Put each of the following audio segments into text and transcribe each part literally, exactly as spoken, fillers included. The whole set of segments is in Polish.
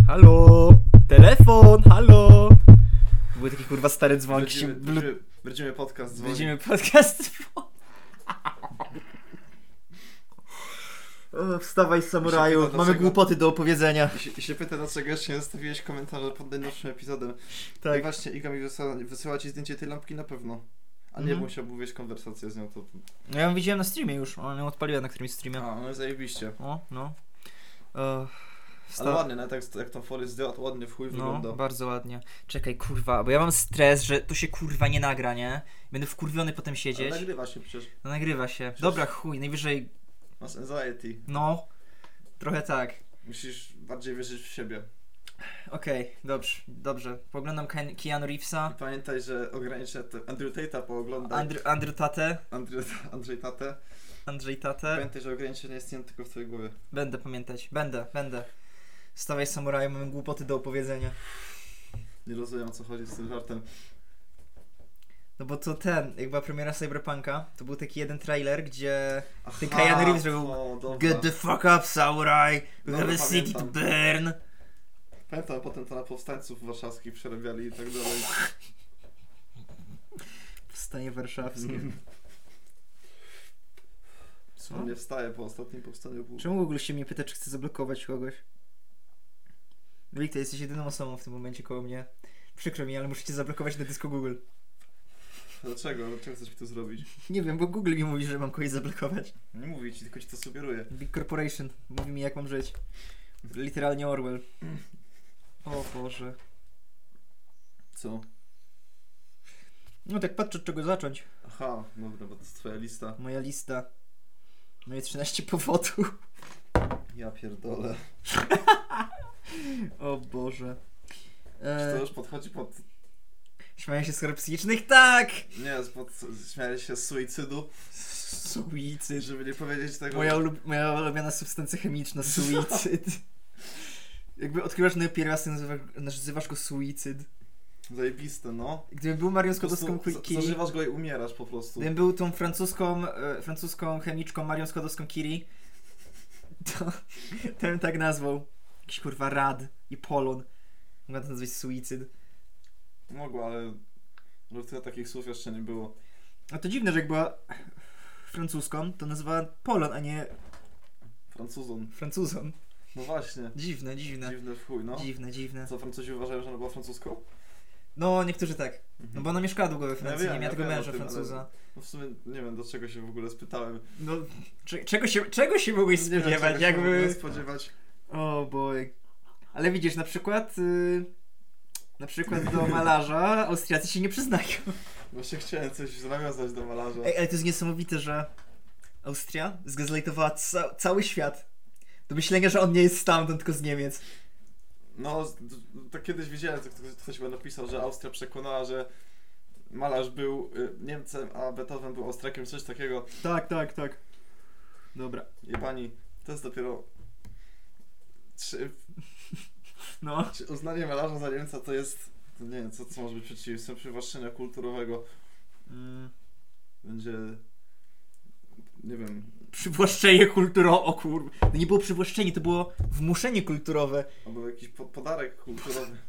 Halo! Telefon, halo! Były takie kurwa stare dzwonki. Będziemy, będziemy, będziemy podcast dzwonić. Będziemy podcast o, wstawaj samuraju, pyta, mamy dlaczego- głupoty do opowiedzenia. I się, I się pyta, dlaczego jeszcze nie zostawiłeś komentarza pod najnowszym epizodem. Tak. I właśnie Iga mi wysyła, wysyła ci zdjęcie tej lampki na pewno. A nie, Mhm. musiałby wejść konwersację z nią, to... No ja ją widziałem na streamie już, ona ją odpaliła na którymś streamie. A, no zajebiście. O, no. E, wsta- Ale ładnie, nawet jak, jak tą folię zdjęła, to ładnie w chuj No, wygląda. bardzo ładnie. Czekaj, kurwa, bo ja mam stres, że to się kurwa nie nagra, nie? Będę wkurwiony potem Ale siedzieć. nagrywa się przecież. No nagrywa się. Przecież- Dobra, chuj, najwyżej, Masz anxiety. no, trochę tak. Musisz bardziej wierzyć w siebie. Okej, dobrze, dobrze. Poglądam Ke- Keanu Reevesa, I pamiętaj, że ograniczę te... Andrew Tate'a pooglądaj. Andrew, Andrew Tate, Andrew, Andrzej Tate. Andrzej Tate. Pamiętaj, że ograniczenia istnieją tylko w twojej głowie. Będę pamiętać, będę, będę. Stawaj samuraju, mamy głupoty do opowiedzenia. Nie rozumiem, o co chodzi z tym żartem. No bo to ten, jak była premiera Cyberpunka, to był taki jeden trailer, gdzie Aha, ten Keanu Reeves zrobił o, dobra. Get the fuck up, samurai! We Dobra, have a city to pamiętam. burn! Pamiętam, potem to na powstańców warszawskich przerabiali i tak dalej. Powstanie warszawskie. Co? Nie wstaje po ostatnim powstaniu. Był... Czemu w ogóle się mnie pyta, czy chcę zablokować kogoś? Wiktor, jesteś jedyną osobą w tym momencie koło mnie. Przykro mi, ale muszę cię zablokować na dysku Google. Dlaczego? Dlaczego chcesz mi to zrobić? Nie wiem, bo Google mi mówi, że mam kogoś zablokować. Nie mówię ci, tylko ci to sugeruję. Big Corporation mówi mi, jak mam żyć. Literalnie Orwell. O Boże. Co? No tak patrzę, od czego zacząć. Aha, dobra, bo to jest twoja lista. Moja lista. Moje trzynaście powodów. Ja pierdolę. O Boże. Czy E, to już podchodzi pod... Śmieję się z chorób psychicznych? Tak! Nie, pod... śmiali się z suicydu. Suicyd. Żeby nie powiedzieć tego... Moja, ulub... Moja ulubiona substancja chemiczna, suicyd. Jakby odkrywasz nowy pierwiastek, nazywasz, nazywasz go suicyd. Zajebiste, no. Gdybym był Marią Po prostu Skłodowską za- Curie, Zażywasz go i umierasz po prostu. gdybym był tą francuską, e, francuską chemiczką Marią Skłodowską Curie, to, to bym tak nazwał. Jakiś kurwa Rad i Polon. Mogę to nazwać suicyd. Mogło, ale... Że tyle takich słów jeszcze nie było. A to dziwne, że jak była francuską, to nazywała Polon, a nie Francuzon. Francuzą. No właśnie. Dziwne, dziwne. Dziwne w chuj, no. Dziwne, dziwne. Co, Francuzi uważają, że ona była francuską? No, niektórzy tak. No bo ona mieszkała długo we Ja Francji, wiem, nie miała ja tego wiem o męża tym, Francuza. ale- No w sumie nie wiem, do czego się w ogóle spytałem. No, cze- czego się, czego się mogłeś Nie wiem, spodziewać, czego się w ogóle jakby... spodziewać. O boj. Ale widzisz, na przykład... Yy, na przykład do malarza Austriacy się nie przyznają. Właśnie chciałem coś nawiązać do malarza. Ej, ale to jest niesamowite, że Austria zgazlajtowała ca- cały świat do myślenia, że on nie jest stamtąd, tylko z Niemiec. No, z- d- to kiedyś widziałem, że ktoś, ktoś chyba napisał, że Austria przekonała, że malarz był y, Niemcem, a Beethoven był Austriakiem, coś takiego. Tak, tak, tak. Dobra. I pani, to jest dopiero... Czy, No. czy uznanie malarza za Niemca to jest... To nie wiem, co, co może być przeciwieństwem przywłaszczenia kulturowego. Mm. Będzie... Nie wiem... Przywłaszczenie kulturowe, o kur... To nie było przywłaszczenie, to było wmuszenie kulturowe. Albo jakiś po, podarek kulturowy.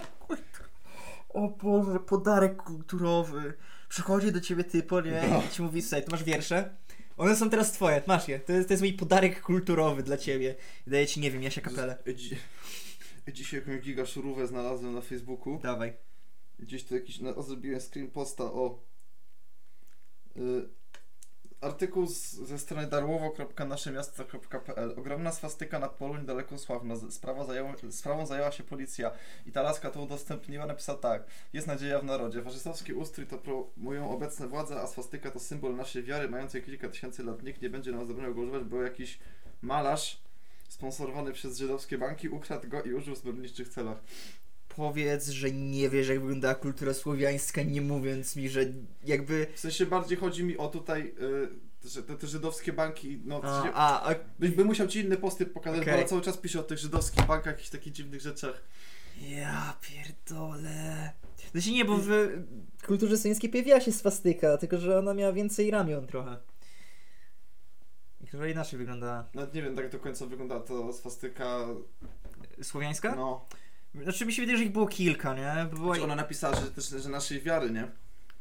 O Boże, podarek kulturowy. Przychodzi do ciebie typo, nie? No. I ci mówi, słuchaj, tu masz wiersze. One są teraz twoje, masz je. To jest, to jest mój podarek kulturowy dla ciebie. I daję ci, nie wiem, Jasia Kapelę. Z- Dzi- Dzisiaj jakąś giga szurówę znalazłem na Facebooku. Dawaj. Gdzieś tu jakiś, no, zrobiłem screen posta o y, artykuł z, ze strony darłowo kropka nasze miasto kropka p l. Ogromna swastyka nad polu niedaleko Sławna. Z- Sprawa zajęła, sprawą zajęła się policja i ta laska to udostępniła. Napisała tak: jest nadzieja w narodzie. Faszystowski ustrój to promują obecne władze, a swastyka to symbol naszej wiary mającej kilka tysięcy lat. Nikt nie będzie nam zabraniał go używać, bo jakiś malarz sponsorowany przez żydowskie banki ukradł go i użył w zbrodniczych celach. Powiedz, że nie wiesz, jak wyglądała kultura słowiańska, nie mówiąc mi, że jakby... W sensie bardziej chodzi mi o tutaj, y, że te, te żydowskie banki, no A, się, a, a byś by musiał ci inny posty pokazać, Okej. bo ona cały czas pisze o tych żydowskich bankach, jakichś takich dziwnych rzeczach. ja pierdolę. Znaczy nie, bo w kulturze słowiańskiej pojawiła się swastyka, tylko że ona miała więcej ramion trochę. I trochę inaczej wyglądała. Nawet nie wiem, tak do końca wygląda to swastyka. słowiańska? No. Znaczy mi się wydaje, że ich było kilka, nie? Była... Znaczy ona napisała, że też że naszej wiary, nie?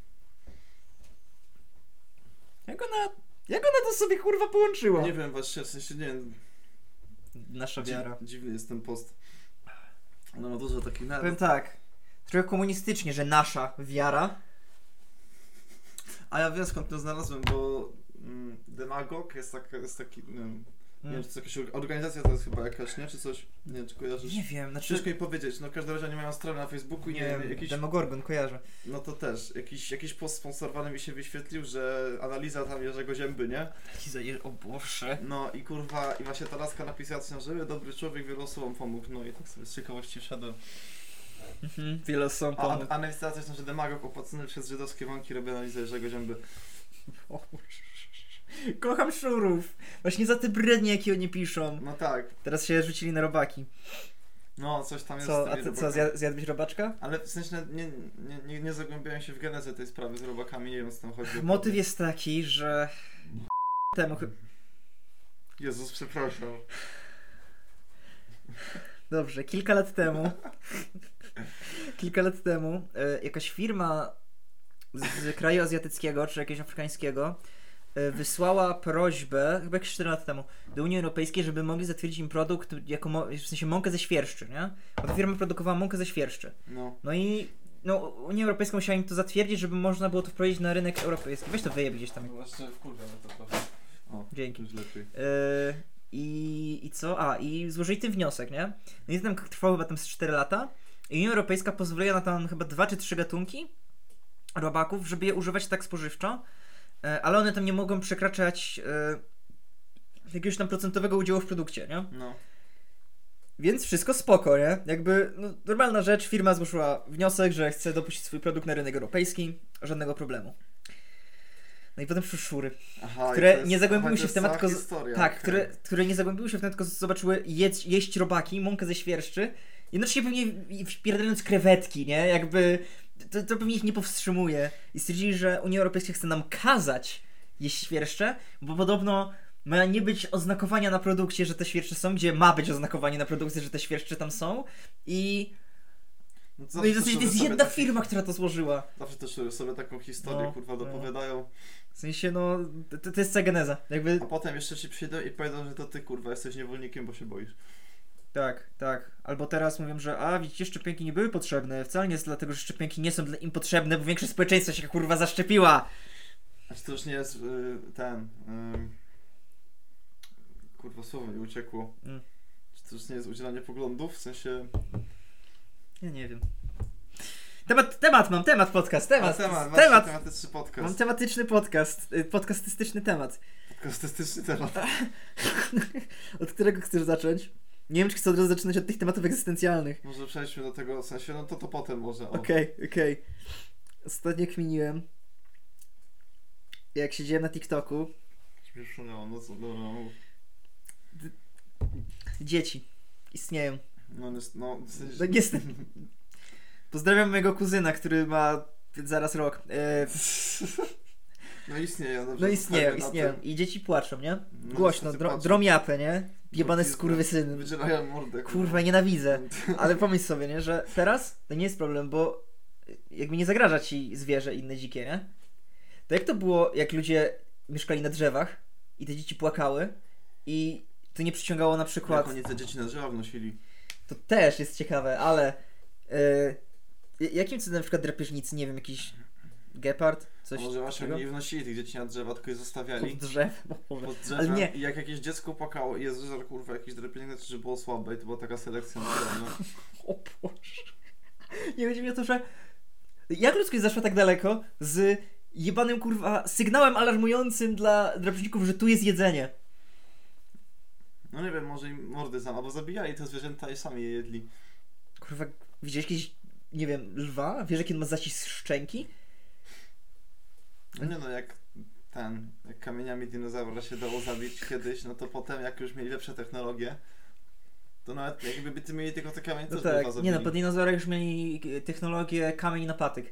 Jak ona... Jak ona to sobie kurwa połączyła? Nie wiem, właśnie, w sensie nie wiem. Nasza wiara. Dzi- dziwny jest ten post. Ona ma dużo takich Powiem nazw. tak, trochę komunistycznie, że nasza wiara. A ja wiem skąd to znalazłem, bo mm, Demagog jest, taka, jest taki, nie wiem, nie wiem, czy to jakaś organizacja to jest chyba jakaś, nie? Czy coś, nie wiem, czy kojarzysz? Nie wiem, znaczy... Ciężko mi powiedzieć, no w każdym razie oni mają stronę na Facebooku i nie, Nie wiem, jakiś, Demogorgon, kojarzę. no to też, jakiś, jakiś post sponsorowany mi się wyświetlił, że analiza tam Jerzego Zięby, nie? Taki zaje... O Boże. No i kurwa, i właśnie ta laska napisała coś, że dobry człowiek wielu osobom pomógł, no i tak sobie z ciekawości wszedłem. Mhm, wiele osób A, pomógł. a analiza coś, że demagog opłacony przez żydowskie banki robi analizę Jerzego Zięby. O Boże. Kocham szurów. Właśnie za te brednie, jakie oni piszą. No tak, Teraz się rzucili na robaki. no coś tam jest z Co, tymi a ty, co, robakami. zjad, zjadłeś robaczka? Ale w sensie nie, nie, nie, nie zagłębiałem się w genezę tej sprawy z robakami, nie wiem co tam chodzi. Motyw jest taki, że... Temu chy- Jezus, przepraszam. Dobrze, kilka lat temu... kilka lat temu e, jakaś firma z kraju azjatyckiego, czy jakiegoś afrykańskiego e, wysłała prośbę, chyba jakieś cztery lata temu, do Unii Europejskiej, żeby mogli zatwierdzić im produkt jako, mo- w sensie mąkę ze świerszczy, nie? Bo ta firma produkowała mąkę ze świerszczy. No. No i no, Unia Europejska musiała im to zatwierdzić, żeby można było to wprowadzić na rynek europejski. Weź to wyjeb gdzieś tam. Właśnie wkurwiamy to trochę. O, Dzięki. już lepiej. Yy, i, I co? A, i złożyli ten wniosek, nie? No i to tam trwało chyba tam z cztery lata. I Unia Europejska pozwoliła na tam chyba dwa czy trzy gatunki robaków, żeby je używać tak spożywczo, yy, ale one tam nie mogą przekraczać yy, jakiegoś tam procentowego udziału w produkcie, nie? No. Więc wszystko spoko, nie? Jakby no, normalna rzecz, firma zgłosiła wniosek, że chce dopuścić swój produkt na rynek europejski, żadnego problemu. No i potem przyszły szury, Aha, które i to jest, nie zagłębiły aha, się to w temat, jest tylko cała z- historia, tak, okej. które, które nie zagłębiły się w temat, tylko zobaczyły jedz, jeść robaki, mąkę ze świerszczy, jednocześnie pewnie wpierdoląc krewetki, nie? Jakby to, to pewnie ich nie powstrzymuje. I stwierdzili, że Unia Europejska chce nam kazać jeść świerszcze, bo podobno ma nie być oznakowania na produkcie, że te świerszcze są, gdzie ma być oznakowanie na produkcie, że te świerszcze tam są. I No, no i w zawsze zasadzie to sobie jest sobie jedna taki- firma, która to złożyła. Zawsze też sobie taką historię, No, kurwa, no. dopowiadają. W sensie, no, to, to jest cała geneza. Jakby... A potem jeszcze ci przyjdą i powiedzą, że to ty, kurwa, jesteś niewolnikiem, bo się boisz. Tak, tak. Albo teraz mówią, że a widzicie, szczepionki nie były potrzebne. Wcale nie jest dlatego, że szczepionki nie są dla im potrzebne, bo większość społeczeństwa się kurwa zaszczepiła. A czy to już nie jest y, ten... Y, kurwa, słowo mi uciekło. Mm. Czy to już nie jest udzielanie poglądów? W sensie... Ja nie wiem. Temat, temat mam, temat podcast, temat. A, temat, właśnie, temat. tematyczny podcast. Mam tematyczny podcast, y, podcastystyczny temat. Podcastystyczny temat. Od którego chcesz zacząć? Nie wiem, czy chcę od razu zaczynać od tych tematów egzystencjalnych. Może przejdźmy do tego, w sensie, no to to potem może. o. Okej, okej. Ostatnio kminiłem, jak siedziałem na TikToku, Śmieszno, no co, dobra, mów. dzieci istnieją. No, nie- no, w sensie... No niestety. Pozdrawiam mojego kuzyna, który ma zaraz rok. E, No istnieją. Dobrze, no istnieją, zostańmy na istnieją. tym. I dzieci płaczą, nie? No, Głośno, niestety dro, patrzę. dromiapę, nie? Jebane Bo- skurwysyny. Wydzielają mordę. Kurwa, nienawidzę. Ale pomyśl sobie, nie? Że teraz to nie jest problem, bo jakby nie zagraża ci zwierzę inne dzikie, nie? To jak to było, jak ludzie mieszkali na drzewach i te dzieci płakały i to nie przyciągało na przykład... Jak oni te dzieci na drzewa wnosili. To też jest ciekawe, ale yy, jakim cudem na przykład drapieżnicy, nie wiem, jakiś gepard, coś A może właśnie takiego? oni nie wnosili tych dzieci na drzewa, tylko je zostawiali. Pod drzew. O Boże. Pod drzewem. Ale nie. I jak jakieś dziecko płakało i jest, że kurwa jakiś drapieżnik, znaczy, że było słabe i to była taka selekcja naturalna. O Boże. Nie chodzi mi o to, że jak ludzkość zaszła tak daleko z jebanym kurwa sygnałem alarmującym dla drapieżników, że tu jest jedzenie. No nie wiem, może im mordy znam, albo zabijali te zwierzęta i sami je jedli. Kurwa, widziałeś kiedyś, nie wiem, lwa? Wiesz jaki on ma zacisk szczęki? No nie no, jak ten, jak kamieniami dinozaura się dało zabić kiedyś, no to potem jak już mieli lepsze technologie, to nawet jakby ty mieli tylko te kamienie, to No też by tak, was nie no, zabili. po dinozaurach już mieli technologię kamień na patyk.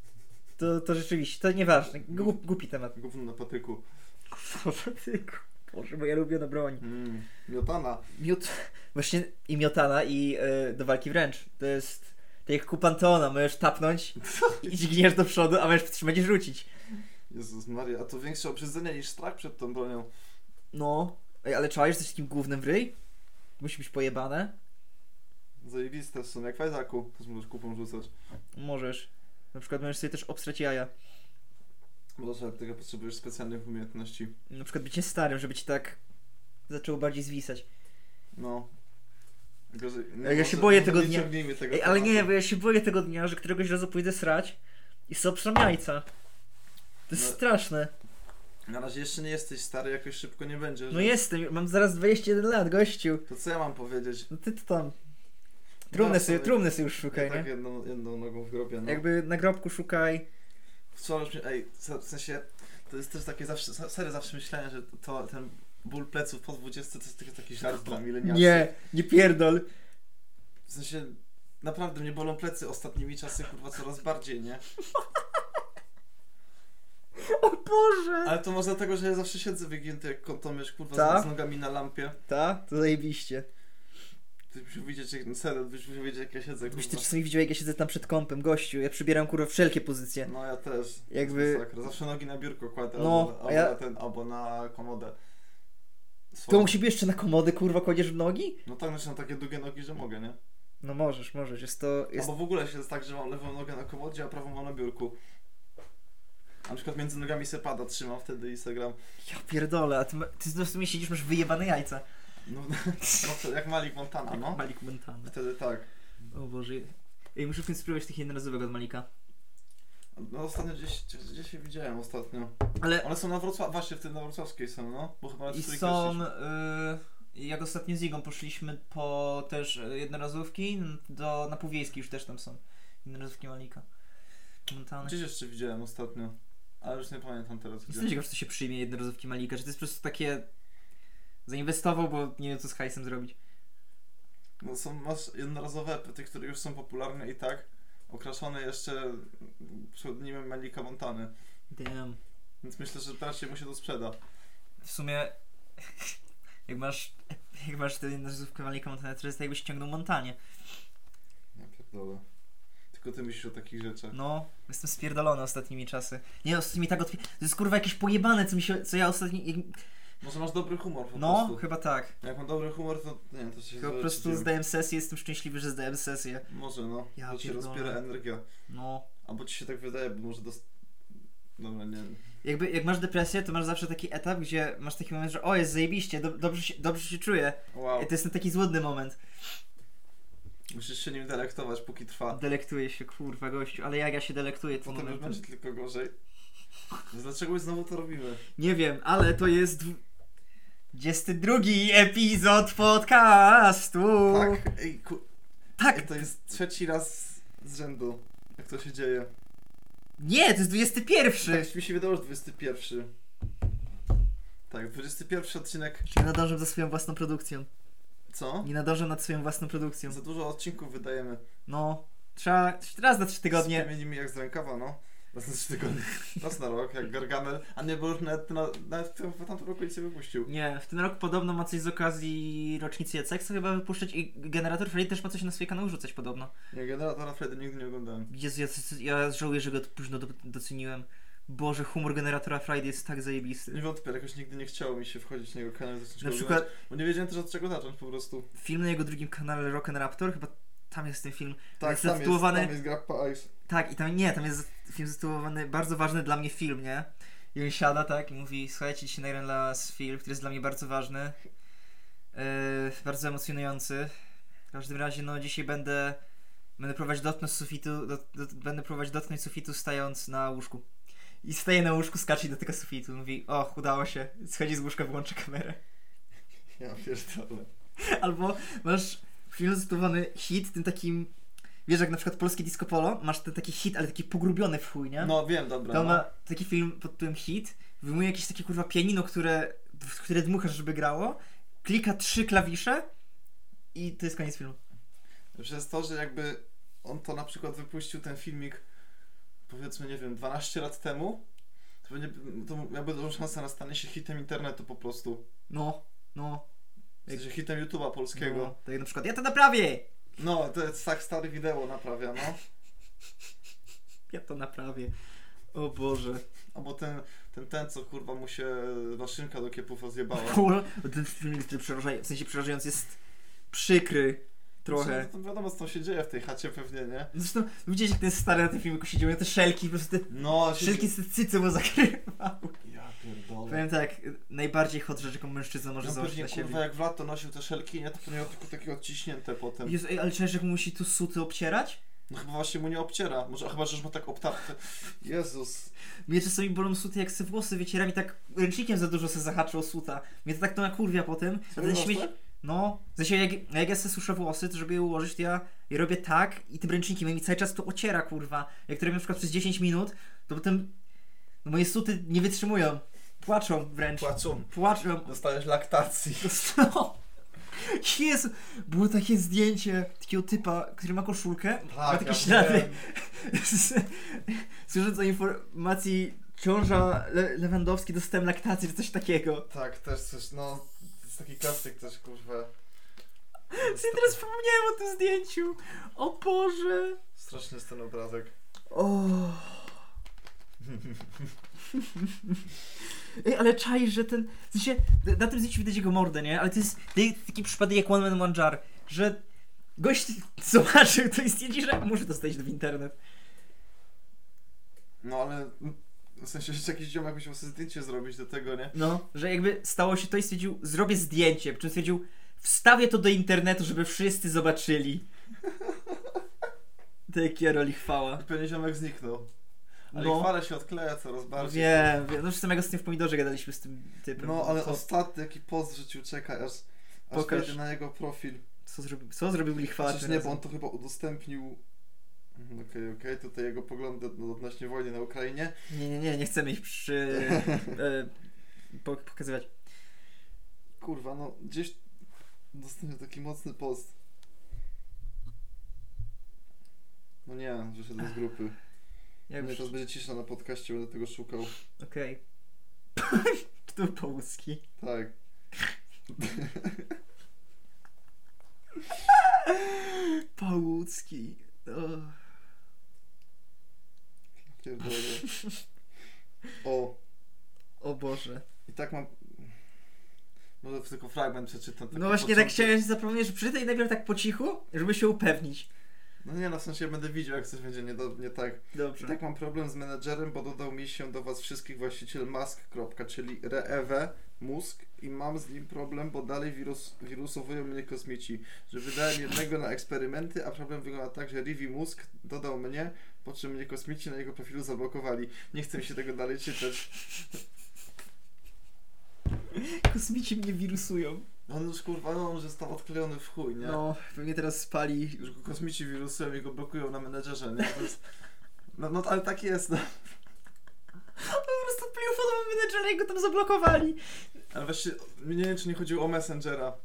To, to rzeczywiście, to nieważne, Głup, głupi temat. Gówno na patyku. Kurwa, patyku. Boże, moja ulubiona broń. Mm, miotana. Miód, właśnie i miotana i yy, do walki wręcz. To jest tak jak ku Pantona, możesz tapnąć i dźgniesz do przodu, a możesz przytrzymać i rzucić. Jezus Maria, a to większe obrzydzenie niż strach przed tą bronią. No, ej, ale trzeba jesteś takim głównym w ryj? Musi być pojebane. Zajebiste są, jak w Isaacu, to możesz kupą rzucać. Możesz. Na przykład możesz sobie też obstrać jaja. Bo to tego potrzebujesz specjalnych umiejętności. Na przykład bycie starym, żeby ci tak zaczęło bardziej zwisać. No. Gorzej, no Ja może, się boję może tego nie dnia. ciągnijmy tego Ej, ale tematu. nie, bo ja się boję tego dnia, że któregoś razu pójdę srać i sobie obsram jajca. To jest No. straszne. Na razie jeszcze nie jesteś stary, jakoś szybko nie będzie. No że- jestem, mam zaraz dwadzieścia jeden lat, gościu. To co ja mam powiedzieć? No ty to tam. Trumny sobie, sobie- trumny sobie już szukaj, Ja tak nie? jedną, jedną nogą w grobie, no. Jakby na grobku szukaj. Wczoraj już mnie, ej, w sensie, to jest też takie zawsze, serio zawsze myślałem, że to, ten ból pleców po dwudziestce to jest taki, taki żart dla milenialsów. Nie, nie pierdol. W sensie, naprawdę mnie bolą plecy ostatnimi czasy, kurwa, coraz bardziej, nie? O Boże! Ale to może dlatego, że ja zawsze siedzę wygięty jak kątomierz, kurwa, Ta? z, z nogami na lampie. Ta? To zajebiście. Ty byś musiał widzieć, jak, no serio, byś musiał wiedzieć, jak ja siedzę, Byś ty kurwa. czasami widział, jak ja siedzę tam przed kąpem, gościu. Ja przybieram kurwa wszelkie pozycje. No ja też. Jakby- Masakra. Zawsze nogi na biurko kładę, No, albo, a albo, ja- na ten, albo na komodę. To Swoją. musi być jeszcze na komody, kurwa, kładziesz w nogi? No tak, znaczy mam takie długie nogi, że mogę, nie? No możesz, możesz. Jest to... Jest... Albo w ogóle się jest tak, że mam lewą nogę na komodzie, a prawą mam na biurku. A na przykład między nogami se pada, trzymam wtedy i se gram. Ja pierdolę, a ty, ma- ty w sumie siedzisz, masz wyjebane jajca. No, no to jak Malik Montana, no. Malik Montana. Wtedy tak. O Boże. Ej, muszę w końcu spróbować tych jednorazówek od Malika. No ostatnio gdzieś, gdzieś, gdzieś się widziałem ostatnio. Ale... One są na Wrocław, właśnie w tym na Wrocławskiej są, no. Bo chyba na I trójkę są... szliśmy. Y, jak ostatnio z Igą poszliśmy po też y, jednorazówki, do, na Półwiejskiej już też tam są. Jednorazówki Malika. Montany. Gdzieś jeszcze widziałem ostatnio. Ale już nie pamiętam teraz gdzie. Jestem ciekaw, czy to się przyjmie jednorazówki Malika, że to jest po prostu takie... Zainwestował, bo nie wiem co z hajsem zrobić. No są, masz jednorazowe epety, które już są popularne i tak. Okraszone jeszcze pseudonimem Malika Montany. Damn. Więc myślę, że raczej mu się to sprzeda. W sumie... Jak masz... Jak masz tę jednorazówkę Malika Montana, to jest tak jakbyś ściągnął Montanie. Ja pierdolę. Tylko ty myślisz o takich rzeczach. No, jestem spierdolony ostatnimi czasy. Nie, ostatnimi tak otwie... To jest kurwa jakieś pojebane, co mi się... Co ja ostatnio... jak- Może masz dobry humor po No, prostu. chyba tak. Jak mam dobry humor, to nie wiem, to się Chyba po prostu zdałem sesję, jestem szczęśliwy, że zdałem sesję. Może no, Ja to ci pierdolę. rozpiera energia. No. Albo ci się tak wydaje, bo może dost... Dobra, nie wiem. Jakby, jak masz depresję, to masz zawsze taki etap, gdzie masz taki moment, że o, jest zajebiście, do, dobrze, się, dobrze się czuję. Wow. I to jest ten taki złudny moment. Musisz się nim delektować, póki trwa. Delektuję się, kurwa, gościu, ale jak ja się delektuję tym Potem już momentem? będzie tylko gorzej. Więc dlaczego znowu to robimy? Nie wiem, ale to jest dwu- dwudziesty drugi epizod podcastu. Tak? Ej, ku... Tak. Ej, to jest trzeci raz z rzędu, jak to się dzieje. Nie, to jest dwudziesty pierwszy. Tak mi się wydało, że dwudziesty pierwszy. Tak, dwudziesty pierwszy odcinek. Nie nadążam za swoją własną produkcją. Co? Nie nadążam nad swoją własną produkcją. Za dużo odcinków wydajemy. No, trzeba raz na trzy tygodnie. Spiemienimy jak z rękawa, no. Raz na trzy tygodnie. Raz na rok, jak Gargamel. A nie, bo już nawet, na, nawet w, tym, w tamtym roku nic nie wypuścił. Nie, w ten rok podobno ma coś z okazji rocznicy Jaceksa chyba wypuszczać i Generator Freddy też ma coś na swój kanał rzucać podobno. Nie, Generatora Freddy nigdy nie oglądałem. Jezu, ja, ja żałuję, że go późno do, doceniłem. Boże, humor Generatora Friday jest tak zajebisty. Nie wątpię, ale jakoś nigdy nie chciało mi się wchodzić na jego kanał i zacząć Na go przykład oglądać, bo nie wiedziałem też od czego zacząć po prostu. film na jego drugim kanale Rock'n Raptor, chyba tam jest ten film. Tak, jest tam jest, zatytułowany... tam jest Grappa Ice. Tak, i tam nie, tam jest film zatytułowany bardzo ważny dla mnie film, nie? I on siada tak i mówi, słuchajcie, dzisiaj nagram dla was film, który jest dla mnie bardzo ważny. Yy, bardzo emocjonujący. W każdym razie, no dzisiaj będę będę próbować dotknąć sufitu, do, do, będę próbować dotknąć sufitu stając na łóżku. I staje na łóżku, skacze i dotyka sufitu. Mówi, o, udało się. Schodzi z łóżka, wyłącza kamerę. Ja pierdolę. Albo masz film zatytułowany Hit, tym takim... Wiesz, jak na przykład polskie disco polo, masz ten taki hit, ale taki pogrubiony w chuj, nie? No wiem, dobra. To no. ma taki film pod tytułem Hit, wyjmuje jakieś takie kurwa pianino, które, w które dmuchasz, żeby grało, klika trzy klawisze i to jest koniec filmu. Przez to, że jakby on to na przykład wypuścił ten filmik powiedzmy, nie wiem, dwanaście lat temu, to Pewnie, to miałby dużą szansę na stanie się hitem internetu po prostu. No, no. W sensie hitem YouTube'a polskiego. No, tak jak na przykład, ja to naprawię! No, to jest tak stary wideo naprawia, no. Ja to naprawię. O Boże. Albo ten, ten, ten co kurwa mu się maszynka do kiepów rozjebała. Kurwa, ten film jest przerażający, w sensie przerażający jest przykry trochę. No, to wiadomo co tam się dzieje w tej chacie pewnie, nie? Zresztą widzicie jak ten stary na tym filmiku siedzi, miał te szelki, po prostu te No, szelki z cycy mu zakrywały. Ja pierdolę. Powiem tak, najbardziej hot rzecz jaką mężczyzna może No założyć pewnie na siebie. kurwa jak w lato nosił te szelki, nie? To pewnie miał tylko takie odciśnięte potem. Jezu, ej, ale czujesz jak musi tu suty obcierać? No chyba właśnie mu nie obciera. Może chyba, że już ma tak obtarte. Jezus. Mnie czasami bolą suty jak se włosy wycieram i tak ręcznikiem za dużo se zahaczę o suta. Mnie to tak to nakurwia potem. A ten śmieć... No, w sensie jak, jak ja se suszę włosy, to żeby je ułożyć, to ja je robię tak i tym ręcznikiem i mi cały czas to ociera, kurwa. Jak to robię na przykład przez dziesięć minut, to potem no moje suty nie wytrzymują. Płaczą wręcz. Płaczą. Płaczą. Dostajesz laktacji. No. Jezu, było takie zdjęcie takiego typa, który ma koszulkę, Tak, ma takie ja ślady. Służąc do informacji, ciąża Le Lewandowski dostałem laktacji czy coś takiego. Tak, też coś, no, to jest taki klasyk też, kurwa. Co ja teraz wspomniałem o tym zdjęciu. O Boże. Straszny jest ten obrazek. O. Ej, ale czaisz, że ten... W sensie, na tym zdjęciu widać jego mordę, nie? Ale to jest taki przypadek jak One Man One Jar, że gość zobaczył to i stwierdził, że może to stać w internet. No ale w sensie jeszcze jakiś ziomek musiał sobie zdjęcie zrobić do tego, nie? No, że jakby stało się to i stwierdził, zrobię zdjęcie, po czym stwierdził, wstawię to do internetu, żeby wszyscy zobaczyli. Takie roli chwała. I pewnie ziomek zniknął. Ale No. chwale się odkleja coraz bardziej. Wiem, wiem. No już samego z tym w pomidorze gadaliśmy z tym typem. No ale co, ostatni jaki post w życiu czeka, aż, aż Pokaż. wejdę na jego profil. co zrobił, co zrobił lichwała? Chociaż nie, bo on to chyba udostępnił. Okej, okay, okej, okay. Tutaj jego poglądy odnośnie wojny na Ukrainie. Nie, nie, nie, nie chcemy ich przy... e, po, pokazywać. Kurwa, no gdzieś dostępny taki mocny post. No nie, wyszedł z grupy. Jak Nie, już... teraz będzie cisza na podcaście, będę tego szukał. Okej. Czy to Połucki? Tak. Połucki. O. Pierdolę. O. O Boże. I tak mam... Może tylko fragment przeczytam. No właśnie początek. tak chciałem zapomnieć, że przeczytaj najpierw tak po cichu, żeby się upewnić. No nie, no w sensie będę widział, jak coś będzie nie, do, nie tak. Dobrze. I tak mam problem z menedżerem, bo dodał mi się do was wszystkich właściciel mask. Czyli reewe, mózg i mam z nim problem, bo dalej wirus, wirusowują mnie kosmici, że wydałem jednego na eksperymenty, a problem wygląda tak, że Rivi mózg dodał mnie, po czym mnie kosmici na jego profilu zablokowali. Nie chcę mi się tego dalej czytać. Kosmici mnie wirusują. On już kurwa, no on już został odklejony w chuj, nie? No, pewnie teraz spali. Już go kosmici wirusują i go blokują na menedżerze, nie? To jest... No, no ale tak jest, no. Po prostu plił fotowy menedżera i go tam zablokowali. Ale właśnie, nie wiem czy nie chodziło o Messengera.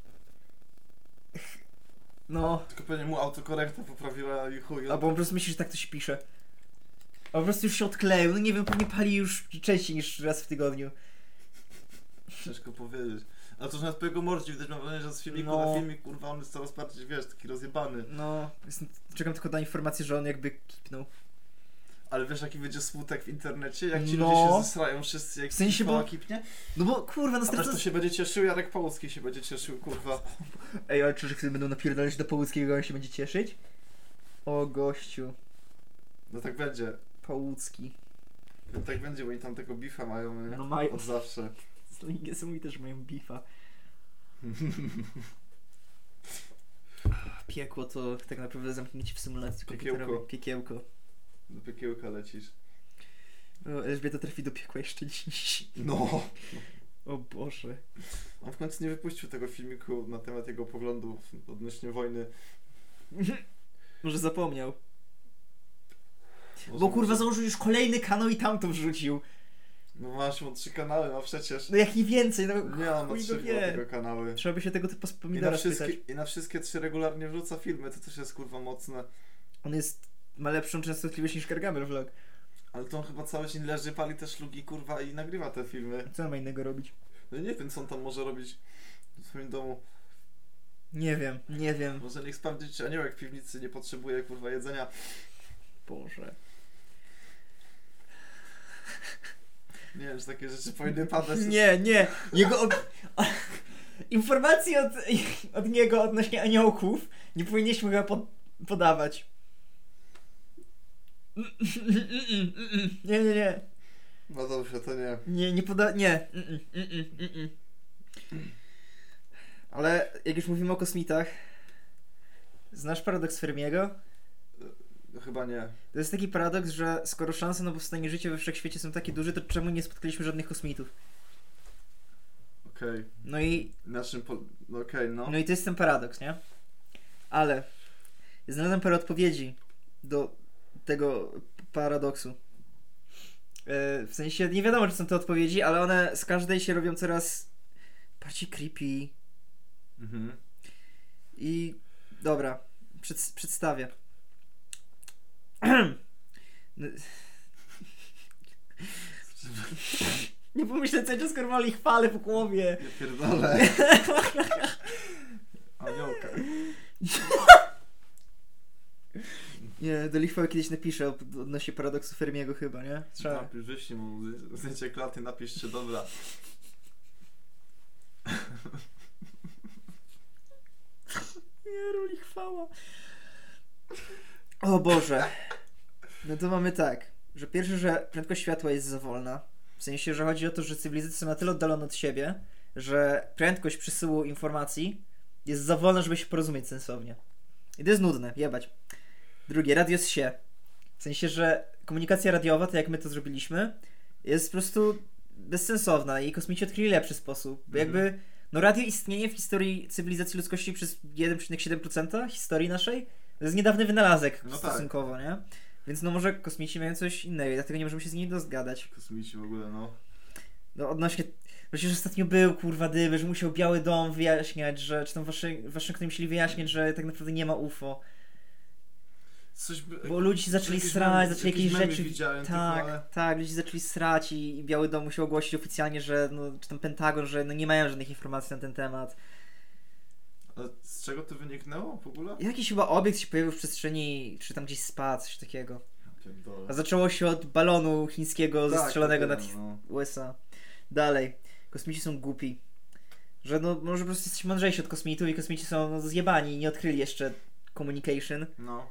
No. Tylko pewnie mu autokorekta poprawiła i chuj. Albo po prostu myślisz, że tak to się pisze. A po prostu już się odkleił. No nie wiem, pewnie pali już częściej niż raz w tygodniu. Ciężko powiedzieć. Ale to już nawet po jego mordzie widać, mam wrażenie, że z filmiku No. na filmik, kurwa, on jest coraz bardziej, wiesz, taki rozjebany. No, jestem, czekam tylko na informację, że on jakby kipnął. Ale wiesz, jaki będzie smutek w internecie? Jak ci No. ludzie się zesrają wszyscy, jak W sensie, Kipa bo- kipnie? No bo kurwa, no A też strefy... to się będzie cieszył, Jarek Połucki się będzie cieszył, kurwa. Ej, ale czy że wtedy będą napierdalać do Połuckiego, on się będzie cieszyć? O gościu. No tak będzie. Połucki. Tak będzie, bo oni tam tego bifa mają, nie? No mają. Od zawsze. Niesamowite, też mają bifa. Piekło to tak naprawdę zamknięcie w symulacji komputerowej. Piekiełko. Piekiełko. Do piekiełka lecisz. O, Elżbieta trafi do piekła jeszcze dziś. No. O Boże. On w końcu nie wypuścił tego filmiku na temat jego poglądów odnośnie wojny. Może zapomniał. Może, Bo kurwa może... założył już kolejny kanał i tam to wrzucił. No masz, on trzy kanały, no przecież. No jak nie więcej, no Nie, on ma chuj trzy go chyba wie. tego kanały. Trzeba by się tego typu z I na, pomidora wszystkie, spytać. I na wszystkie trzy regularnie wrzuca filmy, to też jest kurwa mocne. On jest, ma lepszą częstotliwość niż Gargamel Vlog. Ale to on chyba cały dzień leży, pali te szlugi, kurwa, i nagrywa te filmy. Co on ma innego robić? No nie wiem, co on tam może robić w swoim domu. Nie wiem, nie wiem. Może niech sprawdzić, czy aniołek w piwnicy nie potrzebuje, kurwa, jedzenia. Boże. Nie wiem, czy takie rzeczy powinny padać. Nie, nie. Jego ob... Informacji od, od niego odnośnie aniołków nie powinniśmy chyba pod, podawać. Nie, nie, nie. No dobrze, to nie. Nie, nie poda... Nie. Ale jak już mówimy o kosmitach, znasz paradoks Fermiego? No, chyba nie. To jest taki paradoks, że skoro szanse na powstanie życia we wszechświecie są takie duże, to czemu nie spotkaliśmy żadnych kosmitów? Okej. Okay. No i... Na czym po... No okej, okay, no. No i to jest ten paradoks, nie? Ale znalazłem parę odpowiedzi do tego paradoksu. Yy, w sensie nie wiadomo, czy są to odpowiedzi, ale one z każdej się robią coraz bardziej creepy. Mhm. I dobra, przed, przedstawię. Nie pomyślę, co czas korwali chwale po głowie. Nie pierdolę. Aniołka. Nie, do lichwy kiedyś napiszę odnośnie paradoksu Fermiego chyba, nie? Trzeba. Napisz, wyślij mu zdjęcie klaty, napisz czy dobra. Nie, ruli chwała. O Boże. No to mamy tak, że pierwsze, że prędkość światła jest za wolna. W sensie, że chodzi o to, że cywilizacje są na tyle oddalone od siebie, że prędkość przesyłu informacji jest za wolna, żeby się porozumieć sensownie. I to jest nudne, jebać. Drugie, radio jest się. W sensie, że komunikacja radiowa, tak jak my to zrobiliśmy, jest po prostu bezsensowna i kosmici odkryli lepszy sposób. Bo jakby, no radio istnieje w historii cywilizacji ludzkości przez jeden przecinek siedem procent historii naszej. To jest niedawny wynalazek no stosunkowo, tak. Nie? Więc no może kosmici mają coś innego i dlatego nie możemy się z nimi dozgadać. Kosmici w ogóle, no. No odnośnie... Przecież ostatnio był, kurwa, dywy, że musiał Biały Dom wyjaśniać, że... Czy tam Waszy, Waszyngton musieli wyjaśniać, że tak naprawdę nie ma U F O. Coś by... Bo ludzie zaczęli jakieś srać, memy, zaczęli jakieś rzeczy... widziałem, tak, tylko, ale... tak, ludzie zaczęli srać i, i Biały Dom musiał ogłosić oficjalnie, że no, czy tam Pentagon, że no nie mają żadnych informacji na ten temat. A z czego to wyniknęło w ogóle? Jakiś chyba obiekt się pojawił w przestrzeni, czy tam gdzieś spadł, coś takiego. Pierdolę. A zaczęło się od balonu chińskiego tak, zestrzelonego wiem, nad no. U S A. Dalej. Kosmici są głupi. Że no może po prostu jesteśmy mądrzejsi od kosmitów i kosmici są no, zjebani i nie odkryli jeszcze communication. No.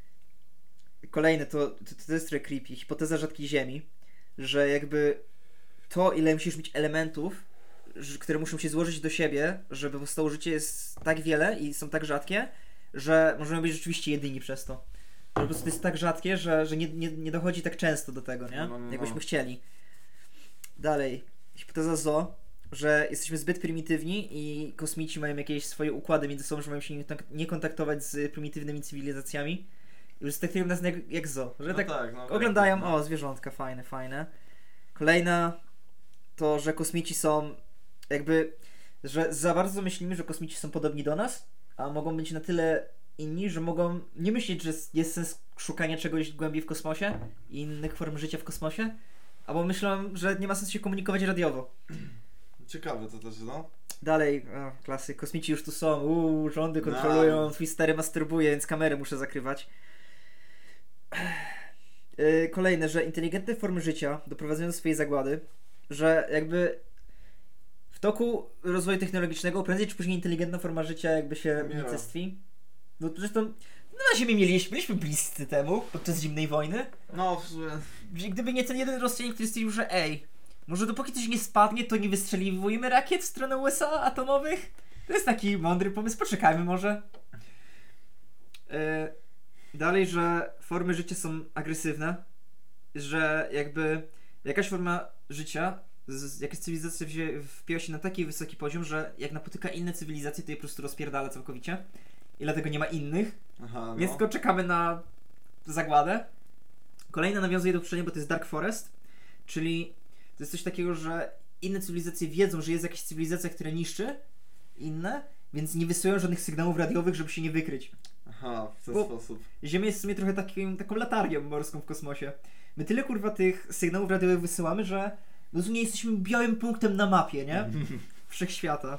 Kolejne to, to, to jest trochę creepy. Hipoteza rzadkiej ziemi, że jakby to, ile musisz mieć elementów, że, które muszą się złożyć do siebie, żeby powstało życie, jest tak wiele i są tak rzadkie, że możemy być rzeczywiście jedyni przez to. Że po prostu to jest tak rzadkie, że, że nie, nie, nie dochodzi tak często do tego, nie? No, no, no. Jakbyśmy chcieli. Dalej. Hipoteza Zo, że jesteśmy zbyt prymitywni i kosmici mają jakieś swoje układy między sobą, że mają się nie, nie kontaktować z prymitywnymi cywilizacjami. I już traktują nas jak, jak Zo. Że No tak, tak, no, oglądają, no. o zwierzątka, fajne, fajne. Kolejna to, że kosmici są jakby, że za bardzo myślimy, że kosmici są podobni do nas, a mogą być na tyle inni, że mogą nie myśleć, że jest sens szukania czegoś głębiej w kosmosie i innych form życia w kosmosie, albo myślą, że nie ma sensu się komunikować radiowo. Ciekawe to też, no. Dalej, o, klasyk, kosmici już tu są, uuu, rządy kontrolują, No. twój stary masturbuje, więc kamerę muszę zakrywać. Yy, kolejne, że inteligentne formy życia doprowadzają do swojej zagłady, że jakby w toku rozwoju technologicznego prędzej czy później inteligentna forma życia jakby się Umiera. unicestwi. No zresztą no na Ziemi mieliśmy, byliśmy bliscy temu podczas zimnej wojny. No, w sumie... Że gdyby nie ten jeden Rosjanin, który stwierdził, że ej, może dopóki coś nie spadnie, to nie wystrzeliwujmy rakiet w stronę U S A atomowych? To jest taki mądry pomysł, poczekajmy może. Yy, dalej, że formy życia są agresywne, że jakby jakaś forma życia, z, jakaś cywilizacja wzię, wpiła się na taki wysoki poziom, że jak napotyka inne cywilizacje, to je po prostu rozpierdala całkowicie. I dlatego nie ma innych. Aha, no. Więc tylko czekamy na zagładę. Kolejna nawiązuje do poprzedniego, bo to jest Dark Forest, czyli to jest coś takiego, że inne cywilizacje wiedzą, że jest jakaś cywilizacja, która niszczy inne, więc nie wysyłają żadnych sygnałów radiowych, żeby się nie wykryć. Aha, w ten Bo- sposób. Ziemia jest w sumie trochę takim, taką latarnią morską w kosmosie. My tyle kurwa tych sygnałów radiowych wysyłamy, że dosłownie jesteśmy białym punktem na mapie, nie? Wszechświata.